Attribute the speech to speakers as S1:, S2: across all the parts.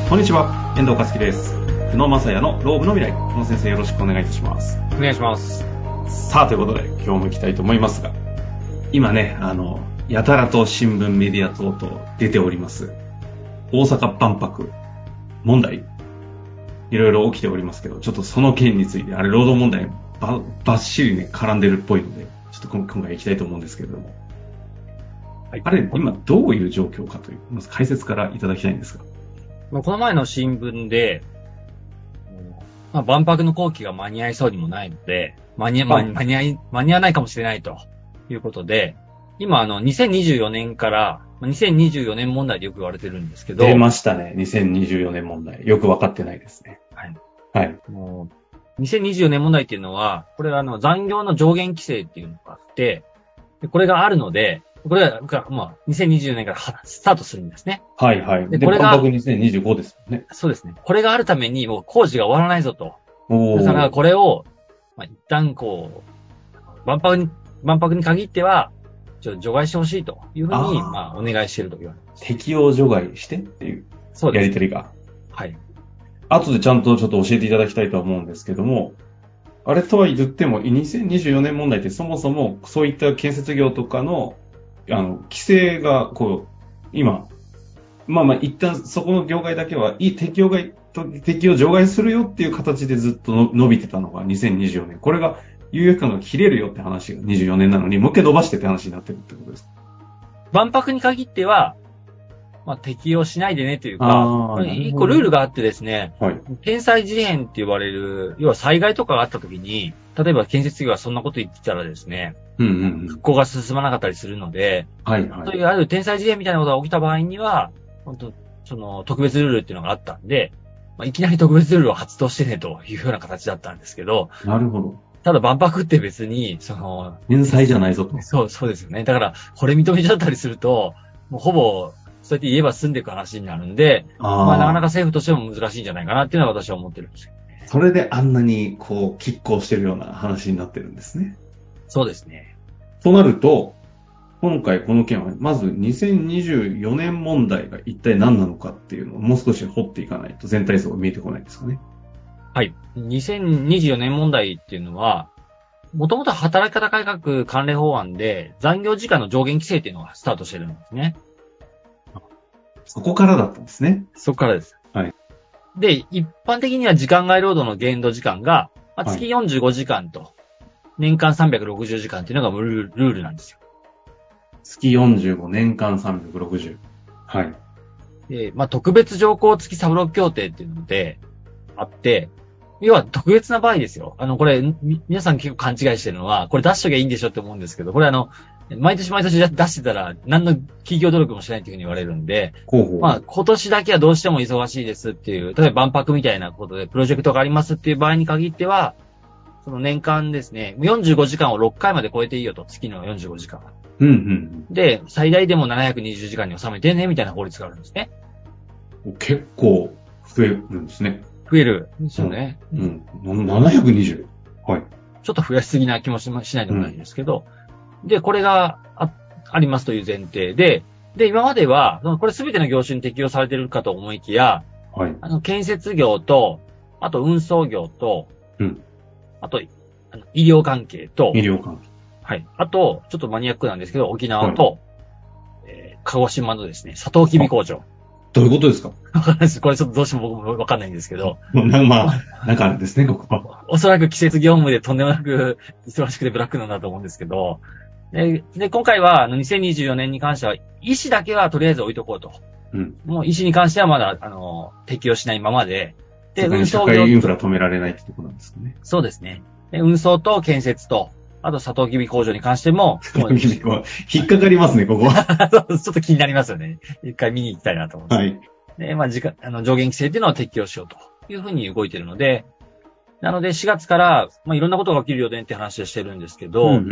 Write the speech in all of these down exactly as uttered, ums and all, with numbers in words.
S1: こんにちは、遠藤和樹です。久野正也のローブの未来。久野先生、よろしくお願いいたします。
S2: お願いします。
S1: さあ、ということで、今日も行きたいと思いますが、今ね、あの、やたらと新聞メディア等々出ております。大阪万博問題。いろいろ起きておりますけど、ちょっとその件について、あれ、労働問題ば、ばっしりね、絡んでるっぽいので、ちょっと今回行きたいと思うんですけれども。はい、あれ、今どういう状況かという、まず解説からいただきたいんですが。
S2: この前の新聞で、まあ、万博の工期が間に合いそうにもないので、間に合、間に合い、間に合わないかもしれないということで、今あの、にせんにじゅうよねんから、にせんにじゅうよねん問題でよく言われてるんですけど。
S1: 出ましたね。にせんにじゅうよねん問題。よくわかってないですね。
S2: はい。
S1: はい。
S2: もうにせんにじゅうよねん問題っていうのは、これはあの、残業の上限規制っていうのがあって、でこれがあるので、これは、まあ、にせんにじゅうよねんからスタートするんですね。
S1: はいはい。
S2: で、
S1: これが、万博にせんにじゅうごですよね。
S2: そうですね。これがあるために、もう工事が終わらないぞと。
S1: お
S2: だからこれを、まあ、一旦こう、万博に、万博に限っては、ちょっと除外してほしいというふうに、まあ、お願いしていると言われます。
S1: 適用除外してっていう、そうです。やりとりが。
S2: はい。
S1: 後でちゃんとちょっと教えていただきたいとは思うんですけども、あれとは言っても、にせんにじゅうよねん問題ってそもそもそういった建設業とかの、あの、規制が、こう、今、まあまあ一旦そこの業界だけは、いい適用外、適用除外するよっていう形でずっとの伸びてたのがにせんにじゅうよねん。これが、有益感が切れるよって話がにじゅうよねんなのに、もう一回伸ばしてって話になってるってことですか？
S2: 万博に限っては、まあ、適用しないでねというか、一個ルールがあってですね、はい、天災事変って言われる、要は災害とかがあった時に、例えば建設業がそんなこと言ってたらですね、
S1: うんうんうん、
S2: 復興が進まなかったりするので、
S1: はいはい、
S2: そういうある天災事変みたいなことが起きた場合には、本当その特別ルールっていうのがあったんで、まあ、いきなり特別ルールを発動してねというような形だったんですけど、
S1: なるほど。
S2: ただ万博って別に、その、
S1: 天災じゃないぞと。
S2: そう、そうですよね。だから、これ認めちゃったりすると、もうほぼ、そうやって言えば済んでいく話になるんで、あまあなかなか政府としても難しいんじゃないかなっていうのは私は思ってるんですよね。
S1: それであんなに、こう、拮抗してるような話になってるんですね。
S2: そうですね。
S1: となると、今回この件は、まずにせんにじゅうよねん問題が一体何なのかっていうのをもう少し掘っていかないと全体像が見えてこないんですかね。
S2: はい。にせんにじゅうよねん問題っていうのは、もともと働き方改革関連法案で残業時間の上限規制っていうのがスタートしてるんですね。
S1: そこからだったんですね。
S2: そこからです。
S1: はい。
S2: で、一般的には時間外労働の限度時間が、まあ、月よんじゅうごじかんと、年間さんびゃくろくじゅうじかんっていうのがルールなんですよ。
S1: 月よんじゅうご、年間さんびゃくろくじゅう。はい。
S2: で、まあ、特別条項付きサブロック協定っていうので、あって、要は特別な場合ですよ。あの、これ、皆さん結構勘違いしてるのは、これ出しときゃいいんでしょって思うんですけど、これあの、毎年毎年出してたら、何の企業努力もしないっていうふうに言われるんで、
S1: ほうほう、
S2: まあ、今年だけはどうしても忙しいですっていう、例えば万博みたいなことでプロジェクトがありますっていう場合に限っては、その年間ですね、よんじゅうごじかんをろっかいまで超えていいよと、月のよんじゅうごじかん。
S1: うんうん。
S2: で、最大でもななひゃくにじゅうじかんに収めてね、みたいな法律があるんですね。
S1: 結構増えるんですね。
S2: 増えるんですよね。
S1: うん。うん、ななひゃくにじゅう。はい。
S2: ちょっと増やしすぎな気もしないでもないんですけど、うん、で、これが あ, ありますという前提で、で、今までは、これすべての業種に適用されているかと思いきや、
S1: はい。
S2: あの、建設業と、あと運送業と、
S1: うん。
S2: あと、あの医療関係と、
S1: 医療関係。
S2: はい。あと、ちょっとマニアックなんですけど、沖縄と、はい、えー、鹿児島のですね、サトウキビ工場。
S1: どういうことですか？
S2: わかんないです。これちょっとどうしても僕もわかんないんですけど。
S1: まあ、なんかあるんですね、ここは。
S2: おそらく季節業務でとんでもなく忙しくてブラックなんだと思うんですけど。で、で今回はにせんにじゅうよねんに関しては、医師だけはとりあえず置いとこうと。
S1: うん。
S2: もう医師に関してはまだ、あの、適用しないままで。
S1: で、運送業。社会インフラ止められないってとこなんですかね。
S2: そうですね。で、運送と建設と、あと、サトウキビ工場に関しても。
S1: サトウキビ工場。引っかかりますね、ここは。
S2: ちょっと気になりますよね。一回見に行きたいなと思って。
S1: はい。
S2: で、まあ、時間、あの、上限規制っていうのを適用しようというふうに動いているので、なのでしがつから、まあ、いろんなことが起きるよねって話をしてるんですけど、
S1: うんうんうん、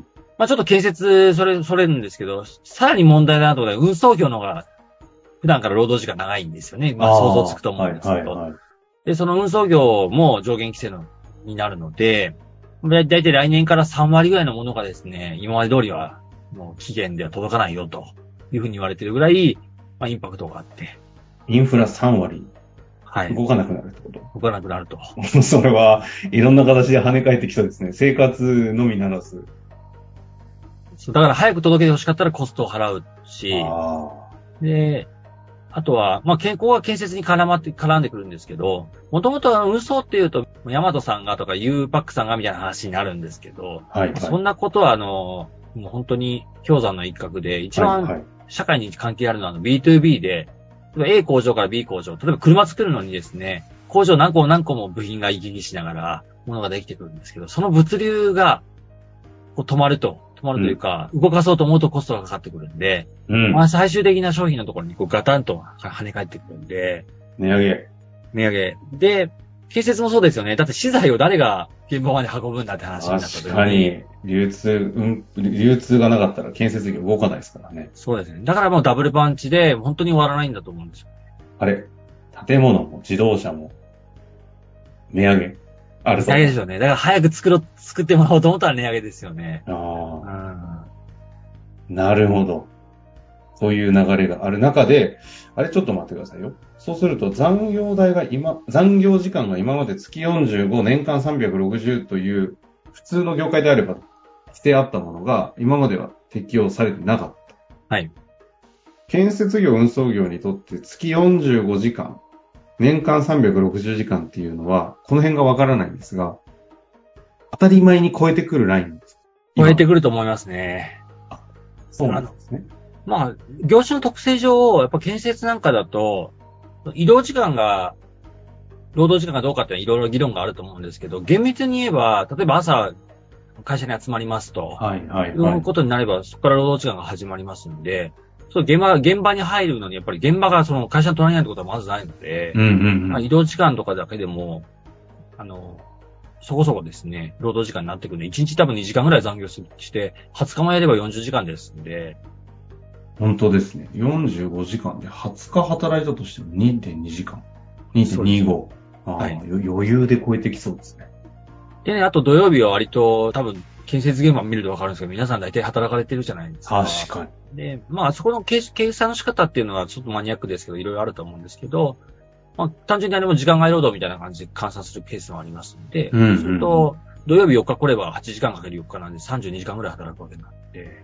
S2: まあ、ちょっと建設、それ、それるんですけど、さらに問題なので、運送業の方が、普段から労働時間長いんですよね。まあ、想像つくと思うんですけど。はいはいはい、で、その運送業も上限規制のになるので、だいたい来年からさんわりぐらいのものがですね、今まで通りは、もう期限では届かないよというふうに言われているぐらい、まあ、インパクトがあって。
S1: インフラさんわり。
S2: はい。
S1: 動かなくなるってこと？
S2: 動かなくなると。
S1: それはいろんな形で跳ね返ってきそうですね。生活のみならず。
S2: そう、だから早く届けて欲しかったらコストを払うし、
S1: あ
S2: で、あとは、まあ、健康は建設に絡まって、絡んでくるんですけど、もともと運送っていうと、ヤマトさんがとか ユーパックさんがみたいな話になるんですけど、
S1: はいはい、
S2: そんなことはあの、もう本当に氷山の一角で、一番社会に関係あるのは ビーツービー で、A 工場から B 工場、例えば車作るのにですね、工場何個も何個も部品が行き来しながら、ものができてくるんですけど、その物流がこう止まると、止まるというか、うん、動かそうと思うとコストがかかってくるんで、うん、まあ最終的な商品のところにこうガタンと跳ね返ってくるんで、
S1: 値上げ。
S2: 値上げ。で、建設もそうですよね。だって資材を誰が現場まで運ぶんだって話になった時に。
S1: 確かに、流通、うん、流通がなかったら建設業動かないですからね。
S2: そうですね。だからもうダブルパンチで本当に終わらないんだと思うんですよ。
S1: あれ、建物も自動車も値上げ。ある
S2: 値上げですよね。だから早く作ろ、作ってもらおうと思ったら値上げですよね。
S1: ああ、うん。なるほど。そういう流れがある中で、あれちょっと待ってくださいよ。そうすると残業代が今、残業時間が今まで月よんじゅうご、年間さんびゃくろくじゅうという普通の業界であればしてあったものが今までは適用されてなかった。
S2: はい。
S1: 建設業、運送業にとって月よんじゅうごじかん、年間さんびゃくろくじゅうじかんっていうのは、この辺がわからないんですが、当たり前に超えてくるラインです。
S2: 超えてくると思いますね。
S1: あ、そうなんですね。
S2: まあ、業種の特性上、やっぱ建設なんかだと、移動時間が、労働時間がどうかっていろいろ議論があると思うんですけど、厳密に言えば、例えば朝、会社に集まりますと、
S1: はいはいはい。
S2: いうことになれば、そこから労働時間が始まりますんで、そう現場、現場に入るのに、やっぱり現場がその会社の隣にあるってことはまずないので、
S1: うんうんうん、
S2: まあ、移動時間とかだけでも、あの、そこそこですね、労働時間になってくるんで、いちにち多分にじかんぐらい残業して、はつかもやればよんじゅうじかんですんで、
S1: 本当ですね。よんじゅうごじかんではつか働いたとしても にてんにじかん。にてんにご。はい、余裕で超えてきそうですね。
S2: でね、あと土曜日は割と多分建設現場見るとわかるんですけど、皆さん大体働かれてるじゃないですか。
S1: 確かに。
S2: で、まあそこの計算の仕方っていうのはちょっとマニアックですけど、いろいろあると思うんですけど、まあ単純にあれも時間外労働みたいな感じで換算するケースもありますので、うんうんうん、そうすると土曜日よっか来ればはちじかんかけるよっかなんでさんじゅうにじかんぐらい働くわけなんで、
S1: うん。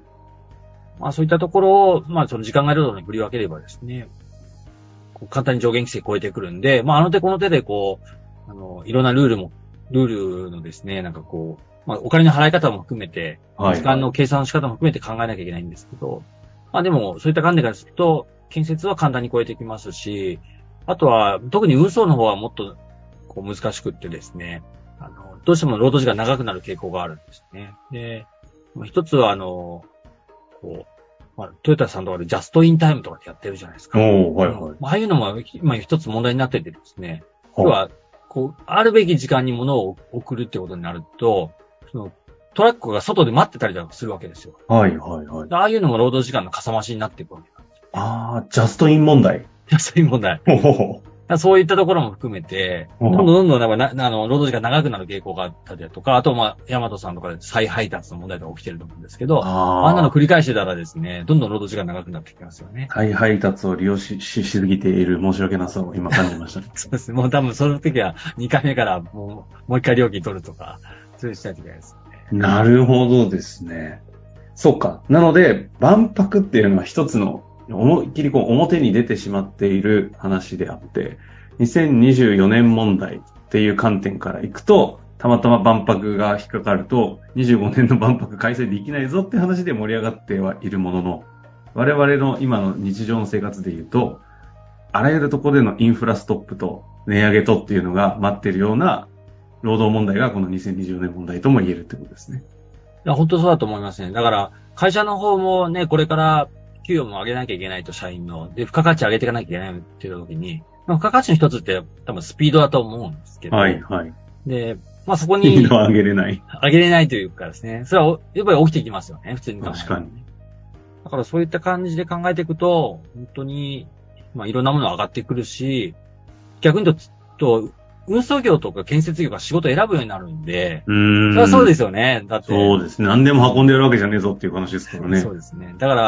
S2: まあそういったところを、まあその時間外労働に振り分ければですね、こう簡単に上限規制超えてくるんで、まああの手この手でこう、あの、いろんなルールも、ルールのですね、なんかこう、まあお金の払い方も含めて、はいはい、時間の計算の仕方も含めて考えなきゃいけないんですけど、まあでもそういった観点からすると、建設は簡単に超えてきますし、あとは特に運送の方はもっとこう難しくってですね、あの、どうしても労働時間長くなる傾向があるんですね。で、一つはあの、こう、まあ、トヨタさんとかでジャストインタイムとかってやってるじゃないですか。
S1: おー、はいはい。
S2: まあ、ああいうのも、まあ、一つ問題になっててですね。要は、こう、あるべき時間に物を送るってことになると、その、トラックが外で待ってたりとかするわけですよ。
S1: はいはいはい。
S2: ああいうのも労働時間のかさ増しになっていくわけなんですよ。
S1: ああ、ジャストイン問題。
S2: ジャストイン問題。そういったところも含めて、どんどんどんどんなんかなあの労働時間長くなる傾向があったりだとか、あとまあ、ヤマトさんとかで再配達の問題が起きてると思うんですけど、あ, あんなの繰り返してたらですね、どんどん労働時間長くなってきますよね。
S1: 再配達を利用し、し、しすぎている申し訳なさを今感じましたね。
S2: そうですね。もう多分その時はにかいめからもう、もう一回料金取るとか、そういうしたいといけないです
S1: ね。なるほどですね。そうか。なので、万博っていうのは一つの思いっきりこう表に出てしまっている話であって、にせんにじゅうよねん問題っていう観点からいくと、たまたま万博が引っかかると、にじゅうごねんの万博開催できないぞって話で盛り上がってはいるものの、我々の今の日常の生活で言うと、あらゆるところでのインフラストップと値上げとっていうのが待っているような労働問題がこのにせんにじゅうよねん問題とも言えるってことですね。
S2: いや、本当そうだと思いますね。だから、会社の方もね、これから給与も上げなきゃいけないと、社員の。で、付加価値上げていかなきゃいけないっていう時に、まあ、付加価値の一つって多分スピードだと思うんですけど。
S1: はいはい。
S2: で、まあそこに。
S1: スピードは上げれない。
S2: 上げれないというかですね。それはやっぱり起きてきますよね、普通に考えて。
S1: 確かに。
S2: だからそういった感じで考えていくと、本当に、まあいろんなものが上がってくるし、逆に言うと、運送業とか建設業が仕事を選ぶようになるんで、
S1: うーん。
S2: それはそうですよね。だって。
S1: そうですね。何でも運んでるわけじゃねえぞっていう話ですからね。
S2: そうですね。だから、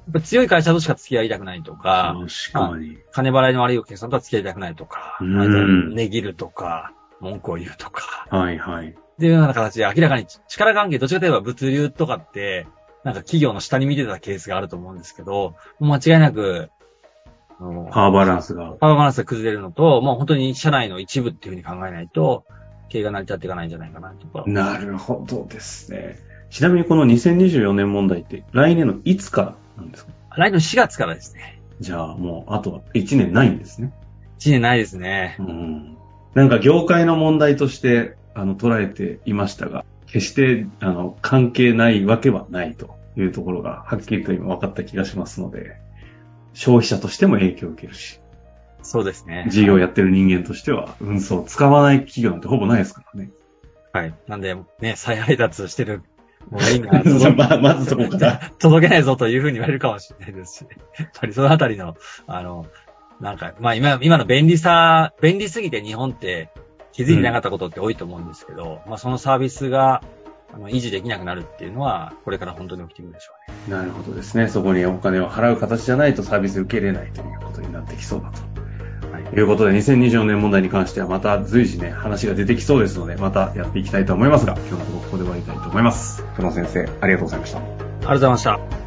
S2: っぱ強い会社としか付き合いたくないとか、
S1: 確かに。
S2: 金払いの悪いお客さんとは付き合いたくないとか、値切るとか、文句を言うとか。
S1: はいはい。
S2: っていうような形で明らかに力関係、どちらかといえば物流とかって、なんか企業の下に見てたケースがあると思うんですけど、間違いなく、
S1: パワーバランスが。
S2: パワーバランスが崩れるのと、もう本当に社内の一部っていうふうに考えないと、経営が成り立っていかないんじゃないかなとか。
S1: なるほどですね。ちなみにこのにせんにじゅうよねん問題って来年のいつからなんですか？
S2: 来年のしがつからですね。
S1: じゃあもうあとはいちねんないんですね。
S2: いちねんないですね。
S1: うん。なんか業界の問題としてあの捉えていましたが、決してあの関係ないわけはないというところがはっきりと今分かった気がしますので、消費者としても影響を受けるし。
S2: そうですね。
S1: 事業をやってる人間としては運送を使わない企業なんてほぼないですからね。
S2: はい。なんでね、再配達してるもういいな
S1: ま, まずそこから
S2: 届けないぞというふうに言われるかもしれないですし、やっぱりそのあたりの、あの、なんか、まあ今、今の便利さ、便利すぎて日本って気づいてなかったことって多いと思うんですけど、うん、まあそのサービスがあの維持できなくなるっていうのは、これから本当に起きてくるでしょうね。
S1: なるほどですね。そこにお金を払う形じゃないとサービス受け入れないということになってきそうだと。ということで、にせんにじゅうよねん問題に関してはまた随時ね、話が出てきそうですので、またやっていきたいと思いますが、今日のところここで終わりたいと思います。久野先生、ありがとうございました。あり
S2: がとうございました。